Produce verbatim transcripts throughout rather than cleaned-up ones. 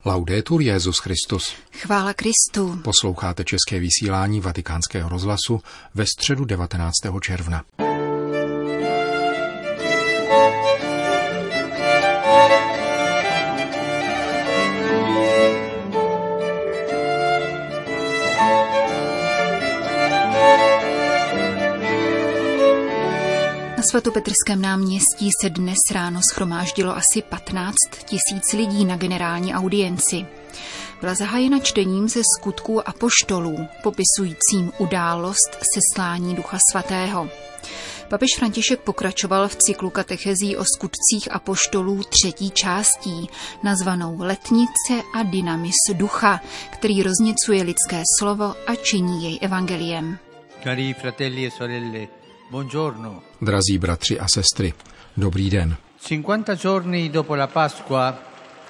Laudetur Jesus Christus. Chvála Kristu. Posloucháte české vysílání Vatikánského rozhlasu ve středu devatenáctého června. Na svatopetrském náměstí se dnes ráno shromáždilo asi patnáct tisíc lidí na generální audienci. Byla zahájena čtením ze skutků apoštolů, popisujícím událost seslání Ducha Svatého. Papež František pokračoval v cyklu katechezí o skutcích apoštolů třetí částí, nazvanou Letnice a dynamis ducha, který rozněcuje lidské slovo a činí jej evangeliem. Cari fratelli e sorelle, buongiorno. Drazí bratři a sestry, dobrý den. cinquanta giorni dopo la Pasqua,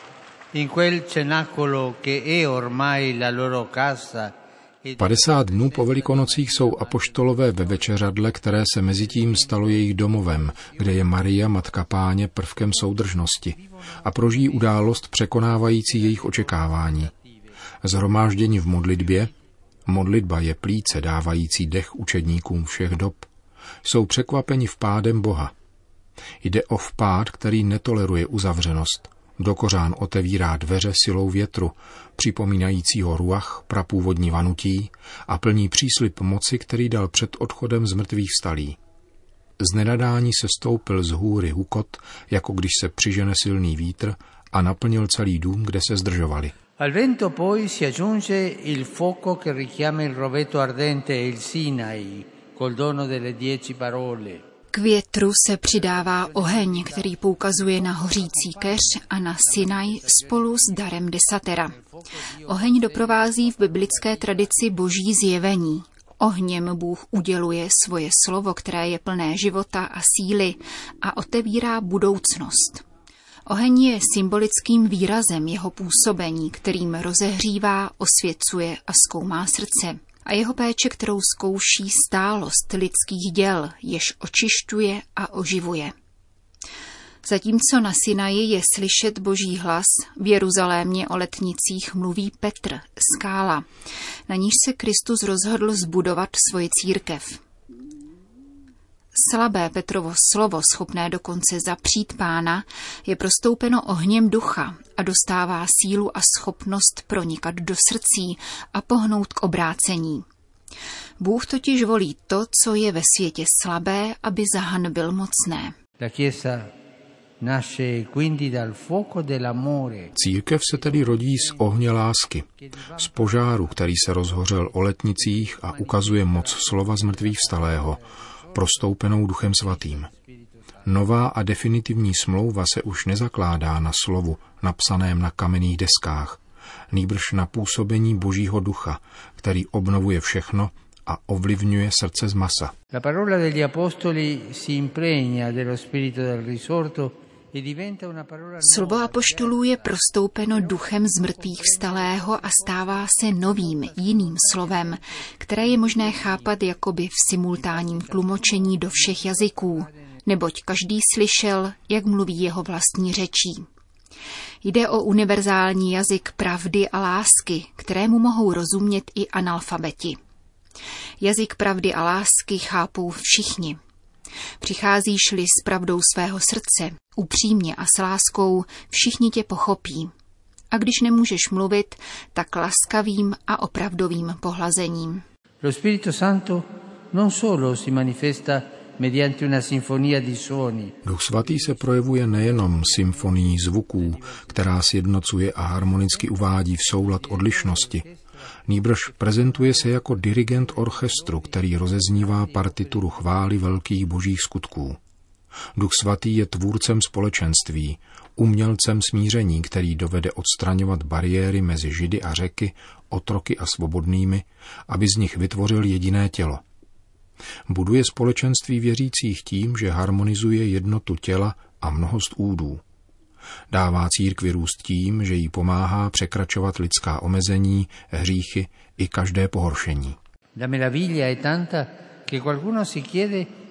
in quel cenacolo che è ormai la loro casa. padesát dnů po Velikonocích jsou apoštolové ve večeřadle, které se mezitím stalo jejich domovem, kde je Maria, Matka Páně, prvkem soudržnosti a prožijí událost překonávající jejich očekávání. Shromáždění v modlitbě, modlitba je plíce dávající dech učedníkům všech dob, jsou překvapeni vpádem Boha. Jde o vpád, který netoleruje uzavřenost. Dokořán otevírá dveře silou větru, připomínajícího ruach, prapůvodní vanutí a plní příslib moci, který dal před odchodem z mrtvých vstalí. Z nenadání se stoupil z hůry hukot, jako když se přižene silný vítr a naplnil celý dům, kde se zdržovali. Al vento poi si aggiunge il fuoco che richiama il roveto ardente e il Sinai, col dono delle dieci parole. K větru se přidává oheň, který poukazuje na hořící keř a na Sinaj spolu s darem desatera. Oheň doprovází v biblické tradici boží zjevení. Ohněm Bůh uděluje svoje slovo, které je plné života a síly a otevírá budoucnost. Oheň je symbolickým výrazem jeho působení, kterým rozehřívá, osvěcuje a zkoumá srdce. A jeho péče, kterou zkouší stálost lidských děl, jež očišťuje a oživuje. Zatímco na Sinaji je slyšet boží hlas, v Jeruzalémě o letnicích mluví Petr, skála, na níž se Kristus rozhodl zbudovat svoji církev. Slabé Petrovo slovo, schopné dokonce zapřít Pána, je prostoupeno ohněm ducha a dostává sílu a schopnost pronikat do srdcí a pohnout k obrácení. Bůh totiž volí to, co je ve světě slabé, aby zahanbil mocné. Církev se tedy rodí z ohně lásky, z požáru, který se rozhořel o letnicích a ukazuje moc slova z mrtvých vstalého, prostoupenou Duchem Svatým. Nová a definitivní smlouva se už nezakládá na slovu napsaném na kamenných deskách, nýbrž na působení Božího ducha, který obnovuje všechno a ovlivňuje srdce z masa. La parola degli apostoli si impregna dello spirito del risorto. Slovo apoštolů je prostoupeno duchem z mrtvých vstalého a stává se novým, jiným slovem, které je možné chápat jakoby v simultánním tlumočení do všech jazyků, neboť každý slyšel, jak mluví jeho vlastní řečí. Jde o univerzální jazyk pravdy a lásky, kterému mohou rozumět i analfabeti. Jazyk pravdy a lásky chápou všichni. Přicházíš-li s pravdou svého srdce, upřímně a s láskou, všichni tě pochopí. A když nemůžeš mluvit, tak laskavým a opravdovým pohlazením. Lo Spirito Santo non solo si manifesta mediante una sinfonia di suoni. Duch Svatý se projevuje nejenom symfonií zvuků, která sjednocuje a harmonicky uvádí v soulad odlišnosti, nýbrž prezentuje se jako dirigent orchestru, který rozeznívá partituru chvály velkých božích skutků. Duch Svatý je tvůrcem společenství, umělcem smíření, který dovede odstraňovat bariéry mezi Židy a Řeky, otroky a svobodnými, aby z nich vytvořil jediné tělo. Buduje společenství věřících tím, že harmonizuje jednotu těla a mnohost údů. Dává církvi růst tím, že jí pomáhá překračovat lidská omezení, hříchy i každé pohoršení. La meraviglia è tanta che qualcuno si chiede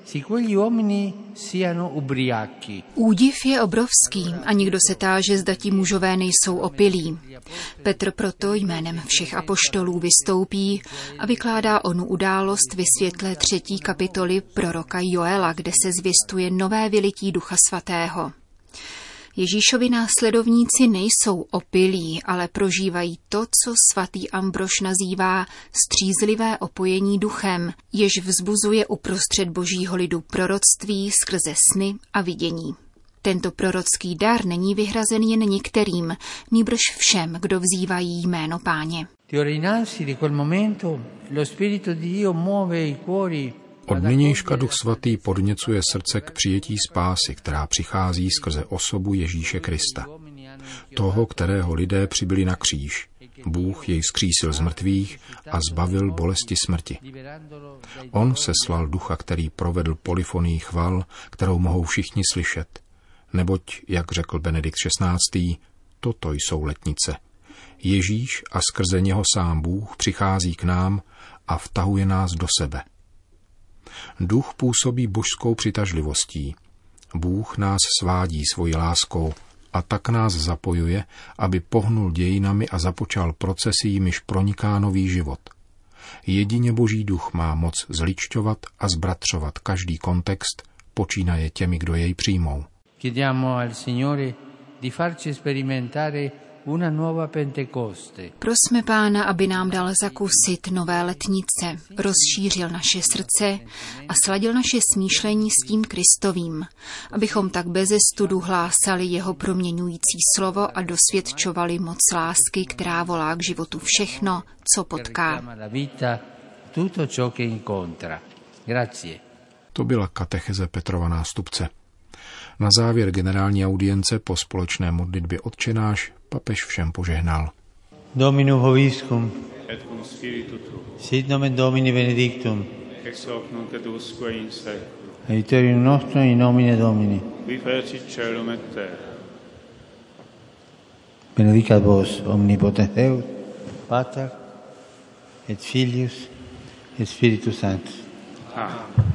Údiv je obrovský a nikdo se táže, zda ti mužové nejsou opilí. Petr proto jménem všech apoštolů vystoupí a vykládá onu událost ve světle třetí kapitoly proroka Joela, kde se zvěstuje nové vylití Ducha Svatého. Ježíšovi následovníci nejsou opilí, ale prožívají to, co svatý Ambrož nazývá střízlivé opojení duchem, jež vzbuzuje uprostřed božího lidu proroctví skrze sny a vidění. Tento prorocký dar není vyhrazen jen některým, nýbrž všem, kdo vzývají jméno Páně. Od nynějška Duch Svatý podněcuje srdce k přijetí spásy, která přichází skrze osobu Ježíše Krista. Toho, kterého lidé přibyli na kříž. Bůh jej vzkřísil z mrtvých a zbavil bolesti smrti. On seslal Ducha, který provedl polyfonii chval, kterou mohou všichni slyšet. Neboť, jak řekl Benedikt šestnáctý, toto jsou letnice. Ježíš a skrze něho sám Bůh přichází k nám a vtahuje nás do sebe. Duch působí božskou přitažlivostí. Bůh nás svádí svojí láskou a tak nás zapojuje, aby pohnul dějinami a započal procesy, jimiž proniká nový život. Jedině Boží duch má moc zličťovat a zbratřovat každý kontext, počínaje těmi, kdo jej přijmou. Chiediamo al Signore di farci sperimentare una nuova Pentecoste. Prosme Pána, aby nám dal zakusit nové letnice, rozšířil naše srdce a sladil naše smýšlení s tím Kristovým, abychom tak beze studu hlásali jeho proměňující slovo a dosvědčovali moc lásky, která volá k životu všechno, co potká. To byla katecheze Petrova nástupce. Na závěr generální audience po společné modlitbě Otčenáš papež všem požehnal. Dominum vobiscum, et cum spiritu tuo. Sit nomen Domini benedictum, ex hoc nunc et usque in seculum. Aiuterium nostrum in nomine Domini, qui fecit caelum et terra. Benedicat vos omnipotens Deus, Pater et Filius et Spiritus Sanctus. Amen.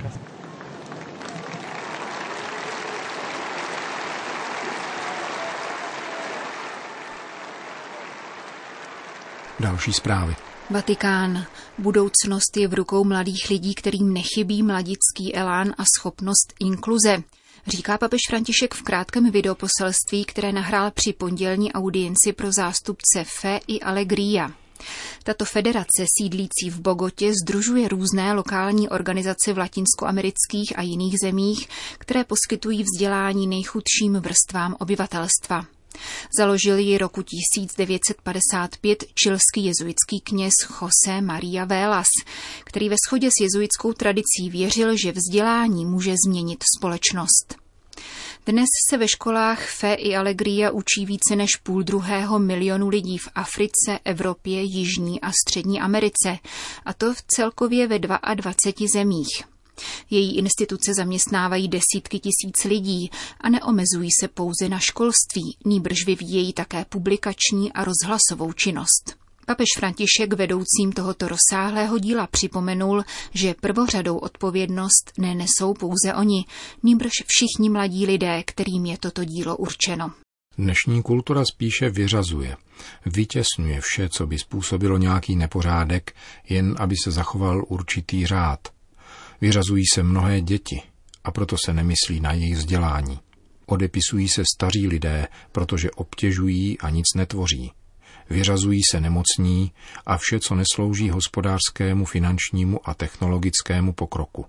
Další zprávy. Vatikán. Budoucnost je v rukou mladých lidí, kterým nechybí mladický elán a schopnost inkluze, říká papež František v krátkém videoposelství, které nahrál při pondělní audienci pro zástupce Fe i Alegria. Tato federace sídlící v Bogotě sdružuje různé lokální organizace v latinskoamerických a jiných zemích, které poskytují vzdělání nejchudším vrstvám obyvatelstva. Založil ji roku tisíc devět set padesát pět chilský jezuitský kněz José María Velas, který ve shodě s jezuitskou tradicí věřil, že vzdělání může změnit společnost. Dnes se ve školách Fe i Alegria učí více než půl druhého milionu lidí v Africe, Evropě, Jižní a Střední Americe, a to v celkově ve dvaceti dvou zemích. Její instituce zaměstnávají desítky tisíc lidí a neomezují se pouze na školství, nýbrž vyvíjejí také publikační a rozhlasovou činnost. Papež František vedoucím tohoto rozsáhlého díla připomenul, že prvořadou odpovědnost nenesou pouze oni, nýbrž všichni mladí lidé, kterým je toto dílo určeno. Dnešní kultura spíše vyřazuje, vytěsňuje vše, co by způsobilo nějaký nepořádek, jen aby se zachoval určitý řád. Vyřazují se mnohé děti a proto se nemyslí na jejich vzdělání. Odepisují se staří lidé, protože obtěžují a nic netvoří. Vyřazují se nemocní a vše, co neslouží hospodářskému, finančnímu a technologickému pokroku.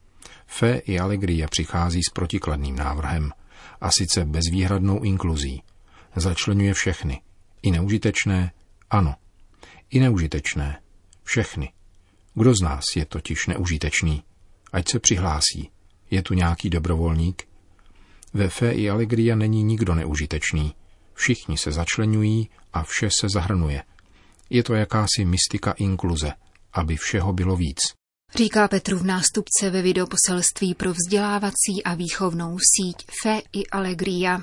Fe i Alegria přichází s protikladným návrhem, a sice bezvýhradnou inkluzí. Začleňuje všechny. I neužitečné? Ano. I neužitečné. Všechny. Kdo z nás je totiž neužitečný? Ať se přihlásí. Je tu nějaký dobrovolník? Ve Fe i Alegria není nikdo neužitečný. Všichni se začleňují a vše se zahrnuje. Je to jakási mystika inkluze, aby všeho bylo víc. Říká Petrův nástupce ve videoposelství pro vzdělávací a výchovnou síť Fe i Alegria.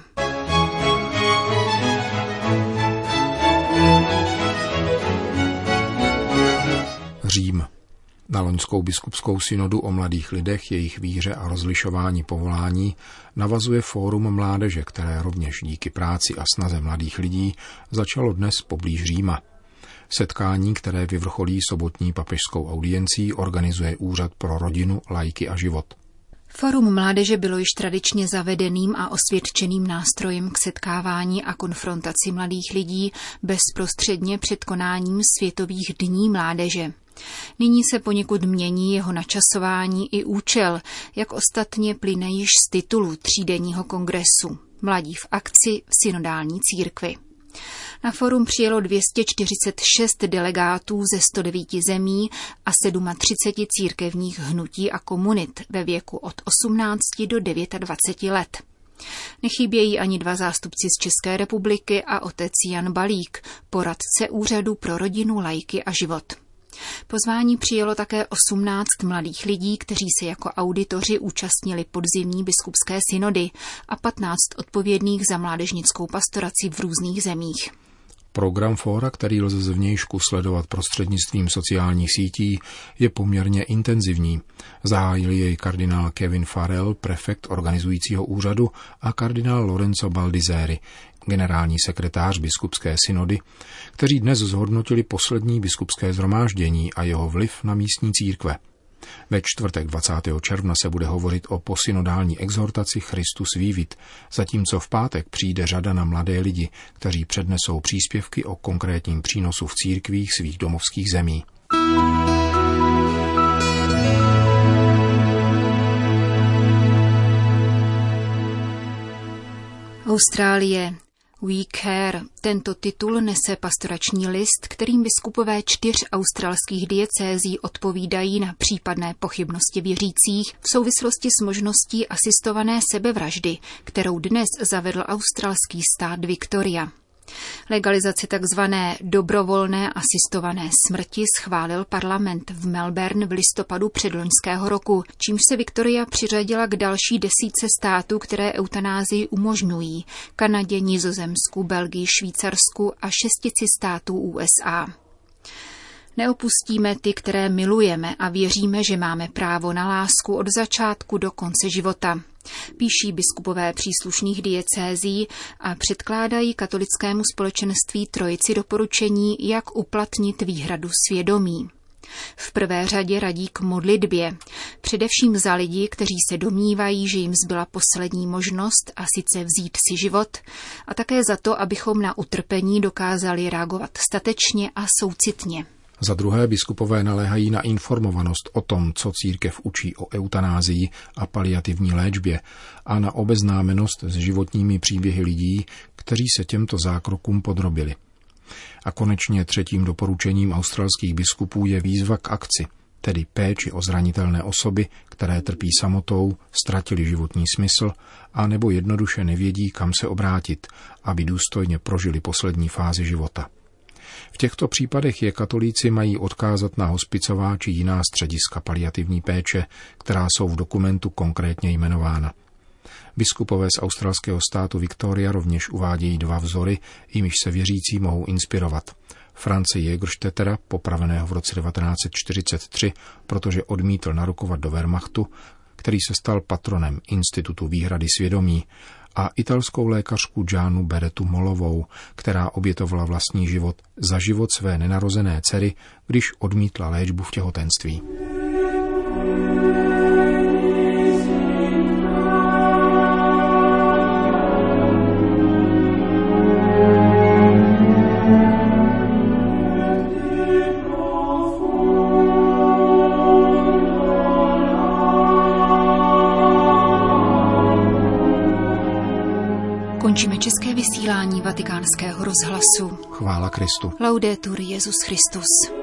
Řím. Na loňskou biskupskou synodu o mladých lidech, jejich víře a rozlišování povolání navazuje Fórum mládeže, které rovněž díky práci a snaze mladých lidí začalo dnes poblíž Říma. Setkání, které vyvrcholí sobotní papežskou audiencí, organizuje Úřad pro rodinu, laiky a život. Fórum mládeže bylo již tradičně zavedeným a osvědčeným nástrojem k setkávání a konfrontaci mladých lidí bezprostředně před konáním Světových dní mládeže. Nyní se poněkud mění jeho načasování i účel, jak ostatně plyne již z titulu třídenního kongresu Mladí v akci v synodální církvi. Na fórum přijelo dvě stě čtyřicet šest delegátů ze sto devět zemí a třicet sedm církevních hnutí a komunit ve věku od osmnácti do dvaceti devíti let. Nechybějí ani dva zástupci z České republiky a otec Jan Balík, poradce Úřadu pro rodinu, laiky a život. Pozvání přijelo také osmnáct mladých lidí, kteří se jako auditoři účastnili podzimní biskupské synody a patnáct odpovědných za mládežnickou pastoraci v různých zemích. Program fóra, který lze zvnějšku sledovat prostřednictvím sociálních sítí, je poměrně intenzivní. Zahájil jej kardinál Kevin Farrell, prefekt organizujícího úřadu, a kardinál Lorenzo Baldisseri, generální sekretář biskupské synody, kteří dnes zhodnotili poslední biskupské shromáždění a jeho vliv na místní církve. Ve čtvrtek dvacátého června se bude hovořit o posynodální exhortaci Christus vivit, zatímco v pátek přijde řada na mladé lidi, kteří přednesou příspěvky o konkrétním přínosu v církvích svých domovských zemí. Austrálie. We care. Tento titul nese pastorační list, kterým biskupové čtyř australských diecézí odpovídají na případné pochybnosti věřících v souvislosti s možností asistované sebevraždy, kterou dnes zavedl australský stát Victoria. Legalizaci takzvané dobrovolné asistované smrti schválil parlament v Melbourne v listopadu předloňského roku, čímž se Victoria přiřadila k další desítce států, které eutanázii umožňují: Kanadě, Nizozemsku, Belgii, Švýcarsku a šestici států U S A. Neopustíme ty, které milujeme, a věříme, že máme právo na lásku od začátku do konce života, píší biskupové příslušných diecézí a předkládají katolickému společenství trojici doporučení, jak uplatnit výhradu svědomí. V prvé řadě radí k modlitbě, především za lidi, kteří se domnívají, že jim zbyla poslední možnost, a sice vzít si život, a také za to, abychom na utrpení dokázali reagovat statečně a soucitně. Za druhé biskupové naléhají na informovanost o tom, co církev učí o eutanázii a paliativní léčbě, a na obeznámenost s životními příběhy lidí, kteří se těmto zákrokům podrobili. A konečně třetím doporučením australských biskupů je výzva k akci, tedy péči o zranitelné osoby, které trpí samotou, ztratili životní smysl a nebo jednoduše nevědí, kam se obrátit, aby důstojně prožili poslední fázi života. V těchto případech je katolíci mají odkázat na hospicová či jiná střediska paliativní péče, která jsou v dokumentu konkrétně jmenována. Biskupové z australského státu Victoria rovněž uvádějí dva vzory, jimiž se věřící mohou inspirovat. France Jägerstättera, popraveného v roce devatenáct set čtyřicet tři, protože odmítl narukovat do Wehrmachtu, který se stal patronem Institutu výhrady svědomí, a italskou lékařku Giannu Beretu Molovou, která obětovala vlastní život za život své nenarozené dcery, když odmítla léčbu v těhotenství. Končíme české vysílání Vatikánského rozhlasu. Chvála Kristu. Laudetur Jesus Christus.